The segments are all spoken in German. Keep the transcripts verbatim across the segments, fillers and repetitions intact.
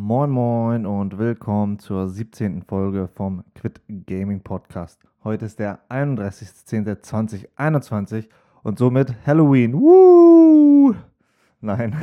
Moin Moin und willkommen zur siebzehnten Folge vom Quit Gaming Podcast. Heute ist der einunddreißigster zehnter zweitausendeinundzwanzig und somit Halloween. Woo! Nein.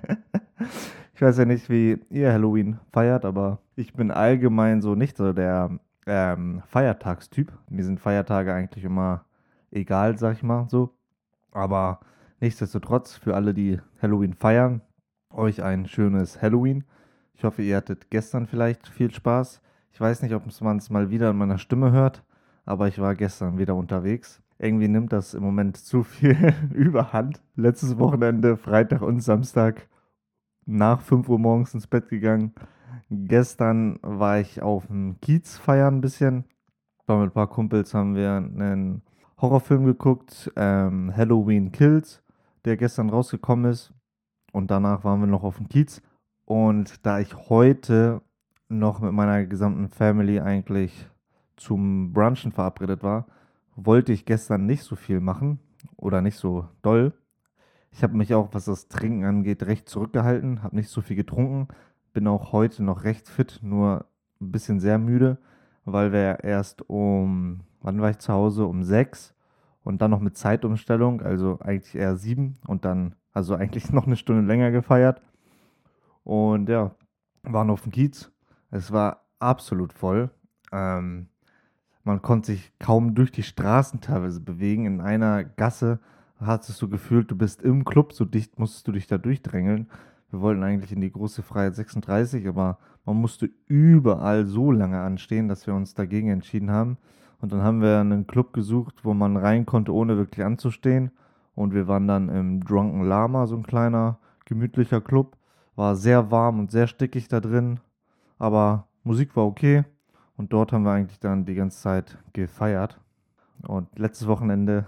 Ich weiß ja nicht, wie ihr Halloween feiert, aber ich bin allgemein so nicht so der ähm, Feiertagstyp. Mir sind Feiertage eigentlich immer egal, sag ich mal so. Aber nichtsdestotrotz, für alle, die Halloween feiern, euch ein schönes Halloween. Ich hoffe, ihr hattet gestern vielleicht viel Spaß. Ich weiß nicht, ob man es mal wieder in meiner Stimme hört, aber ich war gestern wieder unterwegs. Irgendwie nimmt das im Moment zu viel Überhand. Letztes Wochenende, Freitag und Samstag, nach fünf Uhr morgens ins Bett gegangen. Gestern war ich auf dem Kiez feiern ein bisschen. War mit ein paar Kumpels, haben wir einen Horrorfilm geguckt, ähm, Halloween Kills, der gestern rausgekommen ist. Und danach waren wir noch auf dem Kiez. Und da ich heute noch mit meiner gesamten Family eigentlich zum Brunchen verabredet war, wollte ich gestern nicht so viel machen oder nicht so doll. Ich habe mich auch, was das Trinken angeht, recht zurückgehalten, habe nicht so viel getrunken, bin auch heute noch recht fit, nur ein bisschen sehr müde, weil wir erst um, wann war ich zu Hause? Um sechs und dann noch mit Zeitumstellung, also eigentlich eher sieben und dann, also eigentlich noch eine Stunde länger gefeiert. Und ja, waren auf dem Kiez. Es war absolut voll. Ähm, Man konnte sich kaum durch die Straßen teilweise bewegen. In einer Gasse hattest du gefühlt, du bist im Club, so dicht musstest du dich da durchdrängeln. Wir wollten eigentlich in die große Freiheit sechsunddreißig, aber man musste überall so lange anstehen, dass wir uns dagegen entschieden haben. Und dann haben wir einen Club gesucht, wo man rein konnte, ohne wirklich anzustehen. Und wir waren dann im Drunken Lama, so ein kleiner, gemütlicher Club. War sehr warm und sehr stickig da drin, aber Musik war okay. Und dort haben wir eigentlich dann die ganze Zeit gefeiert. Und letztes Wochenende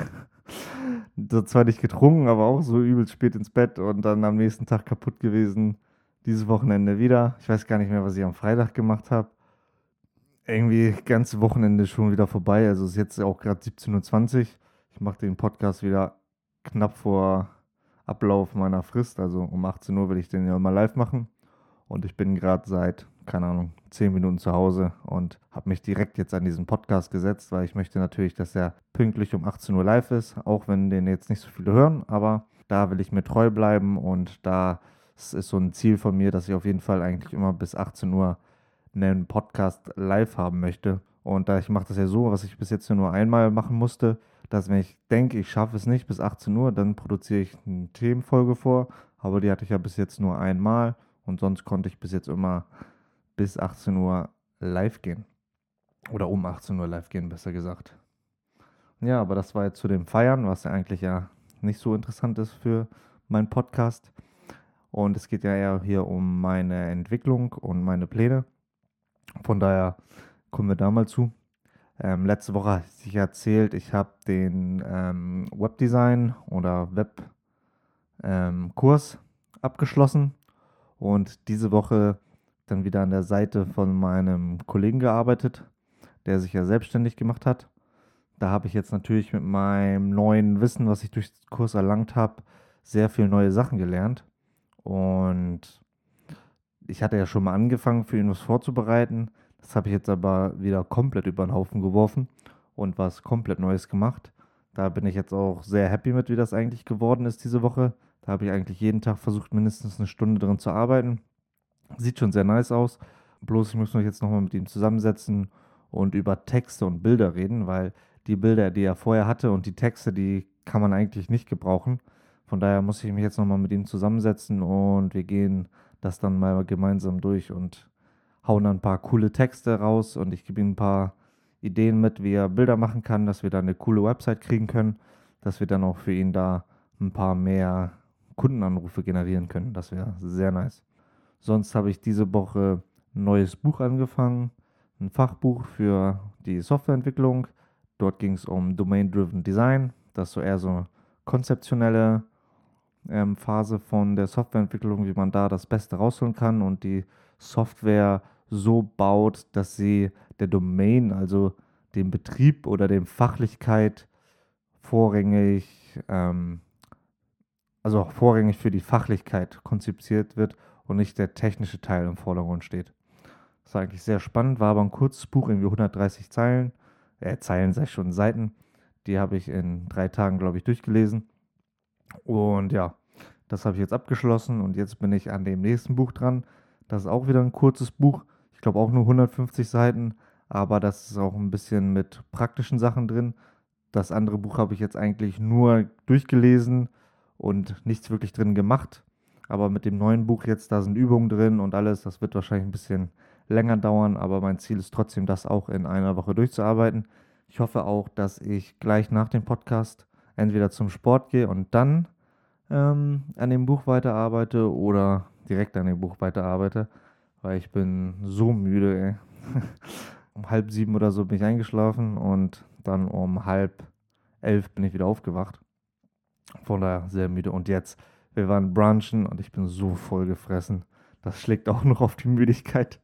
so zwar nicht getrunken, aber auch so übel spät ins Bett und dann am nächsten Tag kaputt gewesen. Dieses Wochenende wieder. Ich weiß gar nicht mehr, was ich am Freitag gemacht habe. Irgendwie ganze Wochenende schon wieder vorbei. Also es ist jetzt auch gerade siebzehn Uhr zwanzig. Ich mache den Podcast wieder knapp vor Ablauf meiner Frist. Also um achtzehn Uhr will ich den ja immer live machen. Und ich bin gerade seit, keine Ahnung, zehn Minuten zu Hause und habe mich direkt jetzt an diesen Podcast gesetzt, weil ich möchte natürlich, dass er pünktlich um achtzehn Uhr live ist, auch wenn den jetzt nicht so viele hören, aber da will ich mir treu bleiben und da ist so ein Ziel von mir, dass ich auf jeden Fall eigentlich immer bis achtzehn Uhr einen Podcast live haben möchte. Und da ich mache das ja so, was ich bis jetzt nur einmal machen musste, dass wenn ich denke, ich schaffe es nicht bis achtzehn Uhr, dann produziere ich eine Themenfolge vor, aber die hatte ich ja bis jetzt nur einmal. Und sonst konnte ich bis jetzt immer bis achtzehn Uhr live gehen. Oder um achtzehn Uhr live gehen, besser gesagt. Ja, aber das war jetzt zu dem Feiern, was ja eigentlich ja nicht so interessant ist für meinen Podcast. Und es geht ja eher hier um meine Entwicklung und meine Pläne. Von daher kommen wir da mal zu. Ähm, letzte Woche hatte ich erzählt, ich habe den ähm, Webdesign oder Webkurs ähm, abgeschlossen. Und diese Woche dann wieder an der Seite von meinem Kollegen gearbeitet, der sich ja selbstständig gemacht hat. Da habe ich jetzt natürlich mit meinem neuen Wissen, was ich durch den Kurs erlangt habe, sehr viele neue Sachen gelernt. Und ich hatte ja schon mal angefangen, für ihn was vorzubereiten. Das habe ich jetzt aber wieder komplett über den Haufen geworfen und was komplett Neues gemacht. Da bin ich jetzt auch sehr happy mit, wie das eigentlich geworden ist diese Woche. Da habe ich eigentlich jeden Tag versucht, mindestens eine Stunde drin zu arbeiten. Sieht schon sehr nice aus. Bloß ich muss mich jetzt nochmal mit ihm zusammensetzen und über Texte und Bilder reden, weil die Bilder, die er vorher hatte und die Texte, die kann man eigentlich nicht gebrauchen. Von daher muss ich mich jetzt nochmal mit ihm zusammensetzen und wir gehen das dann mal gemeinsam durch und hauen dann ein paar coole Texte raus und ich gebe ihm ein paar Ideen mit, wie er Bilder machen kann, dass wir da eine coole Website kriegen können, dass wir dann auch für ihn da ein paar mehr Kundenanrufe generieren können. Das wäre sehr nice. Sonst habe ich diese Woche ein neues Buch angefangen, ein Fachbuch für die Softwareentwicklung. Dort ging es um Domain-Driven Design. Das ist so eher so eine konzeptionelle ähm, Phase von der Softwareentwicklung, wie man da das Beste rausholen kann und die Software so baut, dass sie der Domain, also dem Betrieb oder dem Fachlichkeit vorrangig, ähm, also auch vorrangig für die Fachlichkeit konzipiert wird und nicht der technische Teil im Vordergrund steht. Das war eigentlich sehr spannend, war aber ein kurzes Buch, irgendwie hundertdreißig Zeilen, äh, Zeilen sei schon Seiten. Die habe ich in drei Tagen, glaube ich, durchgelesen. Und ja, das habe ich jetzt abgeschlossen und jetzt bin ich an dem nächsten Buch dran. Das ist auch wieder ein kurzes Buch. Ich glaube auch nur hundertfünfzig Seiten, aber das ist auch ein bisschen mit praktischen Sachen drin. Das andere Buch habe ich jetzt eigentlich nur durchgelesen und nichts wirklich drin gemacht. Aber mit dem neuen Buch jetzt, da sind Übungen drin und alles. Das wird wahrscheinlich ein bisschen länger dauern, aber mein Ziel ist trotzdem, das auch in einer Woche durchzuarbeiten. Ich hoffe auch, dass ich gleich nach dem Podcast entweder zum Sport gehe und dann ähm, an dem Buch weiterarbeite oder direkt an dem Buch weiterarbeite, weil ich bin so müde, ey. Um halb sieben oder so bin ich eingeschlafen und dann um halb elf bin ich wieder aufgewacht. Von daher sehr müde. Und jetzt, wir waren brunchen und ich bin so voll gefressen. Das schlägt auch noch auf die Müdigkeit.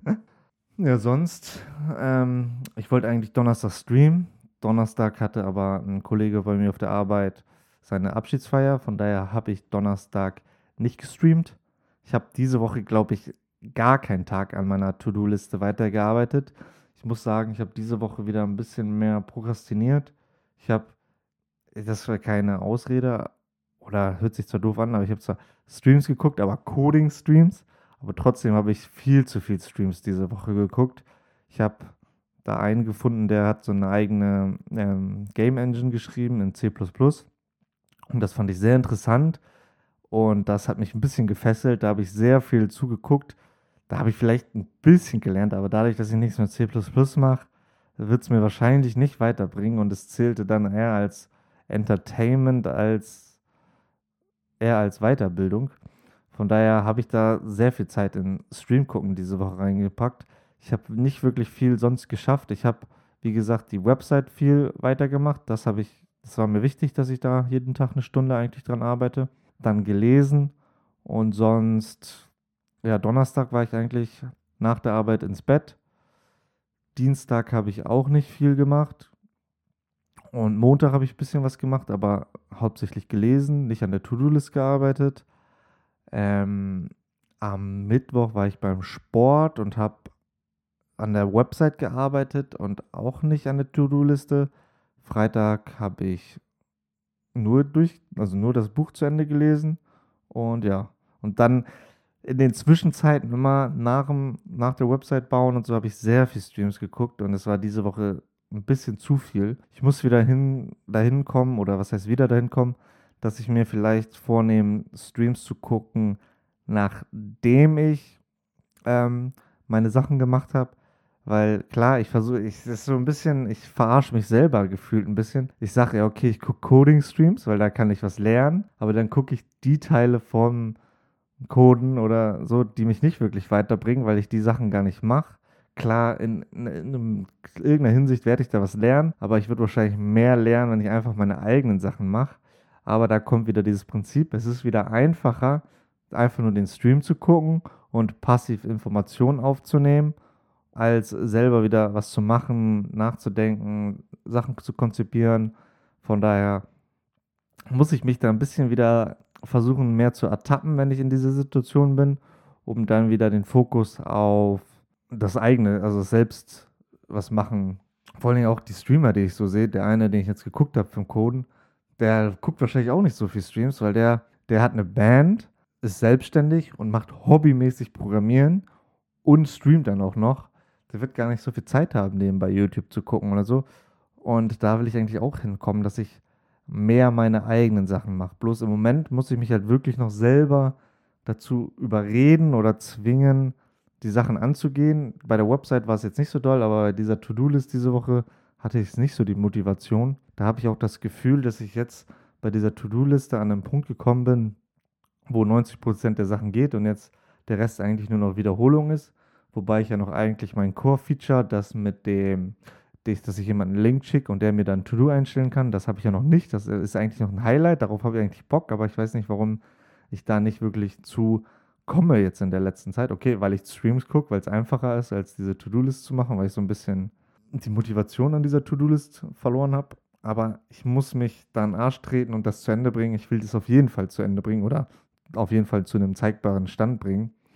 Ja, sonst, ähm, ich wollte eigentlich Donnerstag streamen. Donnerstag hatte aber ein Kollege bei mir auf der Arbeit seine Abschiedsfeier. Von daher habe ich Donnerstag nicht gestreamt. Ich habe diese Woche, glaube ich, gar keinen Tag an meiner To-Do-Liste weitergearbeitet. Ich muss sagen, ich habe diese Woche wieder ein bisschen mehr prokrastiniert. Ich habe, das war keine Ausrede oder hört sich zwar doof an, aber ich habe zwar Streams geguckt, aber Coding-Streams. Aber trotzdem habe ich viel zu viel Streams diese Woche geguckt. Ich habe da einen gefunden, der hat so eine eigene ähm, Game Engine geschrieben in C plus plus. Und das fand ich sehr interessant. Und das hat mich ein bisschen gefesselt. Da habe ich sehr viel zugeguckt. Da habe ich vielleicht ein bisschen gelernt, aber dadurch, dass ich nichts mit C plus plus mache, wird es mir wahrscheinlich nicht weiterbringen. Und es zählte dann eher als Entertainment, als eher als Weiterbildung. Von daher habe ich da sehr viel Zeit in Stream gucken diese Woche reingepackt. Ich habe nicht wirklich viel sonst geschafft. Ich habe, wie gesagt, die Website viel weitergemacht. Das habe ich, das war mir wichtig, dass ich da jeden Tag eine Stunde eigentlich dran arbeite. Dann gelesen und sonst, ja, Donnerstag war ich eigentlich nach der Arbeit ins Bett. Dienstag habe ich auch nicht viel gemacht. Und Montag habe ich ein bisschen was gemacht, aber hauptsächlich gelesen, nicht an der To-Do-List gearbeitet. Ähm, Am Mittwoch war ich beim Sport und habe an der Website gearbeitet und auch nicht an der To-Do-Liste. Freitag habe ich nur durch, also nur das Buch zu Ende gelesen und ja. Und dann in den Zwischenzeiten immer nach, dem, nach der Website bauen und so habe ich sehr viel Streams geguckt und es war diese Woche ein bisschen zu viel. Ich muss wieder hin, dahin kommen oder was heißt wieder dahin kommen, dass ich mir vielleicht vornehme, Streams zu gucken, nachdem ich ähm, meine Sachen gemacht habe. Weil klar, ich versuche, ich, das ist so ein bisschen, ich verarsche mich selber gefühlt ein bisschen. Ich sage ja, okay, ich gucke Coding-Streams, weil da kann ich was lernen, aber dann gucke ich die Teile vom Coden oder so, die mich nicht wirklich weiterbringen, weil ich die Sachen gar nicht mache. Klar, in, in, in irgendeiner Hinsicht werde ich da was lernen, aber ich würde wahrscheinlich mehr lernen, wenn ich einfach meine eigenen Sachen mache. Aber da kommt wieder dieses Prinzip, es ist wieder einfacher, einfach nur den Stream zu gucken und passiv Informationen aufzunehmen, als selber wieder was zu machen, nachzudenken, Sachen zu konzipieren. Von daher muss ich mich da ein bisschen wieder versuchen, mehr zu ertappen, wenn ich in dieser Situation bin, um dann wieder den Fokus auf das eigene, also selbst was machen. Vor allem auch die Streamer, die ich so sehe, der eine, den ich jetzt geguckt habe vom Coden, der guckt wahrscheinlich auch nicht so viel Streams, weil der, der hat eine Band, ist selbstständig und macht hobbymäßig Programmieren und streamt dann auch noch. Der wird gar nicht so viel Zeit haben, nebenbei YouTube zu gucken oder so. Und da will ich eigentlich auch hinkommen, dass ich mehr meine eigenen Sachen mache. Bloß im Moment muss ich mich halt wirklich noch selber dazu überreden oder zwingen, die Sachen anzugehen. Bei der Website war es jetzt nicht so doll, aber bei dieser To-Do-List diese Woche hatte ich nicht so die Motivation. Da habe ich auch das Gefühl, dass ich jetzt bei dieser To-Do-Liste an einen Punkt gekommen bin, wo neunzig Prozent der Sachen geht und jetzt der Rest eigentlich nur noch Wiederholung ist. Wobei ich ja noch eigentlich mein Core-Feature, das mit dem, dass ich jemanden einen Link schicke und der mir dann To-Do einstellen kann, das habe ich ja noch nicht. Das ist eigentlich noch ein Highlight, darauf habe ich eigentlich Bock, aber ich weiß nicht, warum ich da nicht wirklich zu komme jetzt in der letzten Zeit. Okay, weil ich Streams gucke, weil es einfacher ist, als diese To-Do-List zu machen, weil ich so ein bisschen die Motivation an dieser To-Do-List verloren habe. Aber ich muss mich da in den Arsch treten und das zu Ende bringen. Ich will das auf jeden Fall zu Ende bringen oder auf jeden Fall zu einem zeigbaren Stand bringen.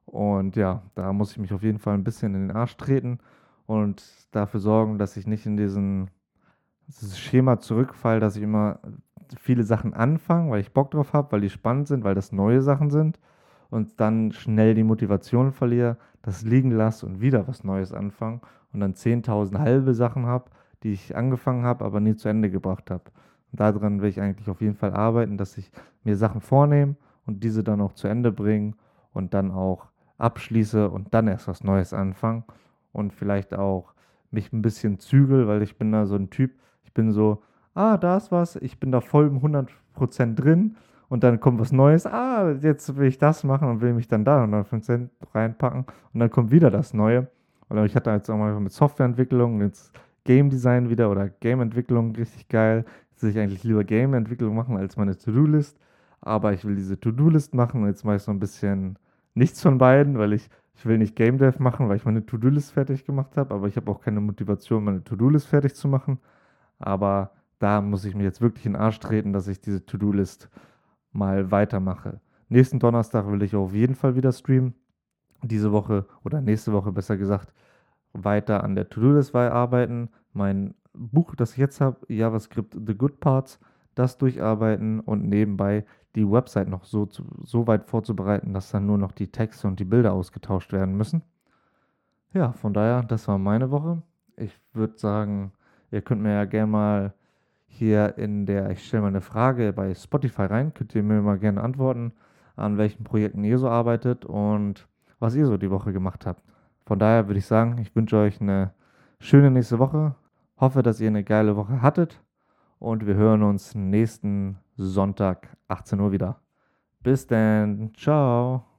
Und ja, da muss ich mich auf jeden Fall ein bisschen in den Arsch treten und dafür sorgen, dass ich nicht in diesen dieses Schema zurückfalle, dass ich immer viele Sachen anfange, weil ich Bock drauf habe, weil die spannend sind, weil das neue Sachen sind und dann schnell die Motivation verliere, das liegen lasse und wieder was Neues anfange und dann zehntausend halbe Sachen habe, die ich angefangen habe, aber nie zu Ende gebracht habe. Und daran will ich eigentlich auf jeden Fall arbeiten, dass ich mir Sachen vornehme und diese dann auch zu Ende bringe und dann auch abschließe und dann erst was Neues anfange und vielleicht auch mich ein bisschen zügel, weil ich bin da so ein Typ, ich bin so, ah, da ist was, ich bin da voll im hundert Prozent drin und dann kommt was Neues, ah, jetzt will ich das machen und will mich dann da hundert Prozent reinpacken und dann kommt wieder das Neue. Oder ich hatte jetzt auch mal mit Softwareentwicklung, jetzt Game Design wieder oder Game-Entwicklung richtig geil. Jetzt will ich eigentlich lieber Game-Entwicklung machen als meine To-Do-List, aber ich will diese To-Do-List machen und jetzt mache ich so ein bisschen nichts von beiden, weil ich, ich will nicht Game Dev machen, weil ich meine To-Do-List fertig gemacht habe, aber ich habe auch keine Motivation, meine To-Do-List fertig zu machen. Aber da muss ich mir jetzt wirklich in den Arsch treten, dass ich diese To-Do-List mal weitermache. Nächsten Donnerstag will ich auf jeden Fall wieder streamen. Diese Woche oder nächste Woche besser gesagt, weiter an der To-Do-List arbeiten. Mein Buch, das ich jetzt habe, JavaScript The Good Parts, das durcharbeiten und nebenbei die Website noch so, zu, so weit vorzubereiten, dass dann nur noch die Texte und die Bilder ausgetauscht werden müssen. Ja, von daher, das war meine Woche. Ich würde sagen, ihr könnt mir ja gerne mal hier in der, ich stelle mal eine Frage bei Spotify rein, könnt ihr mir mal gerne antworten, an welchen Projekten ihr so arbeitet und was ihr so die Woche gemacht habt. Von daher würde ich sagen, ich wünsche euch eine schöne nächste Woche, hoffe, dass ihr eine geile Woche hattet und wir hören uns nächsten Sonntag achtzehn Uhr wieder. Bis dann, ciao.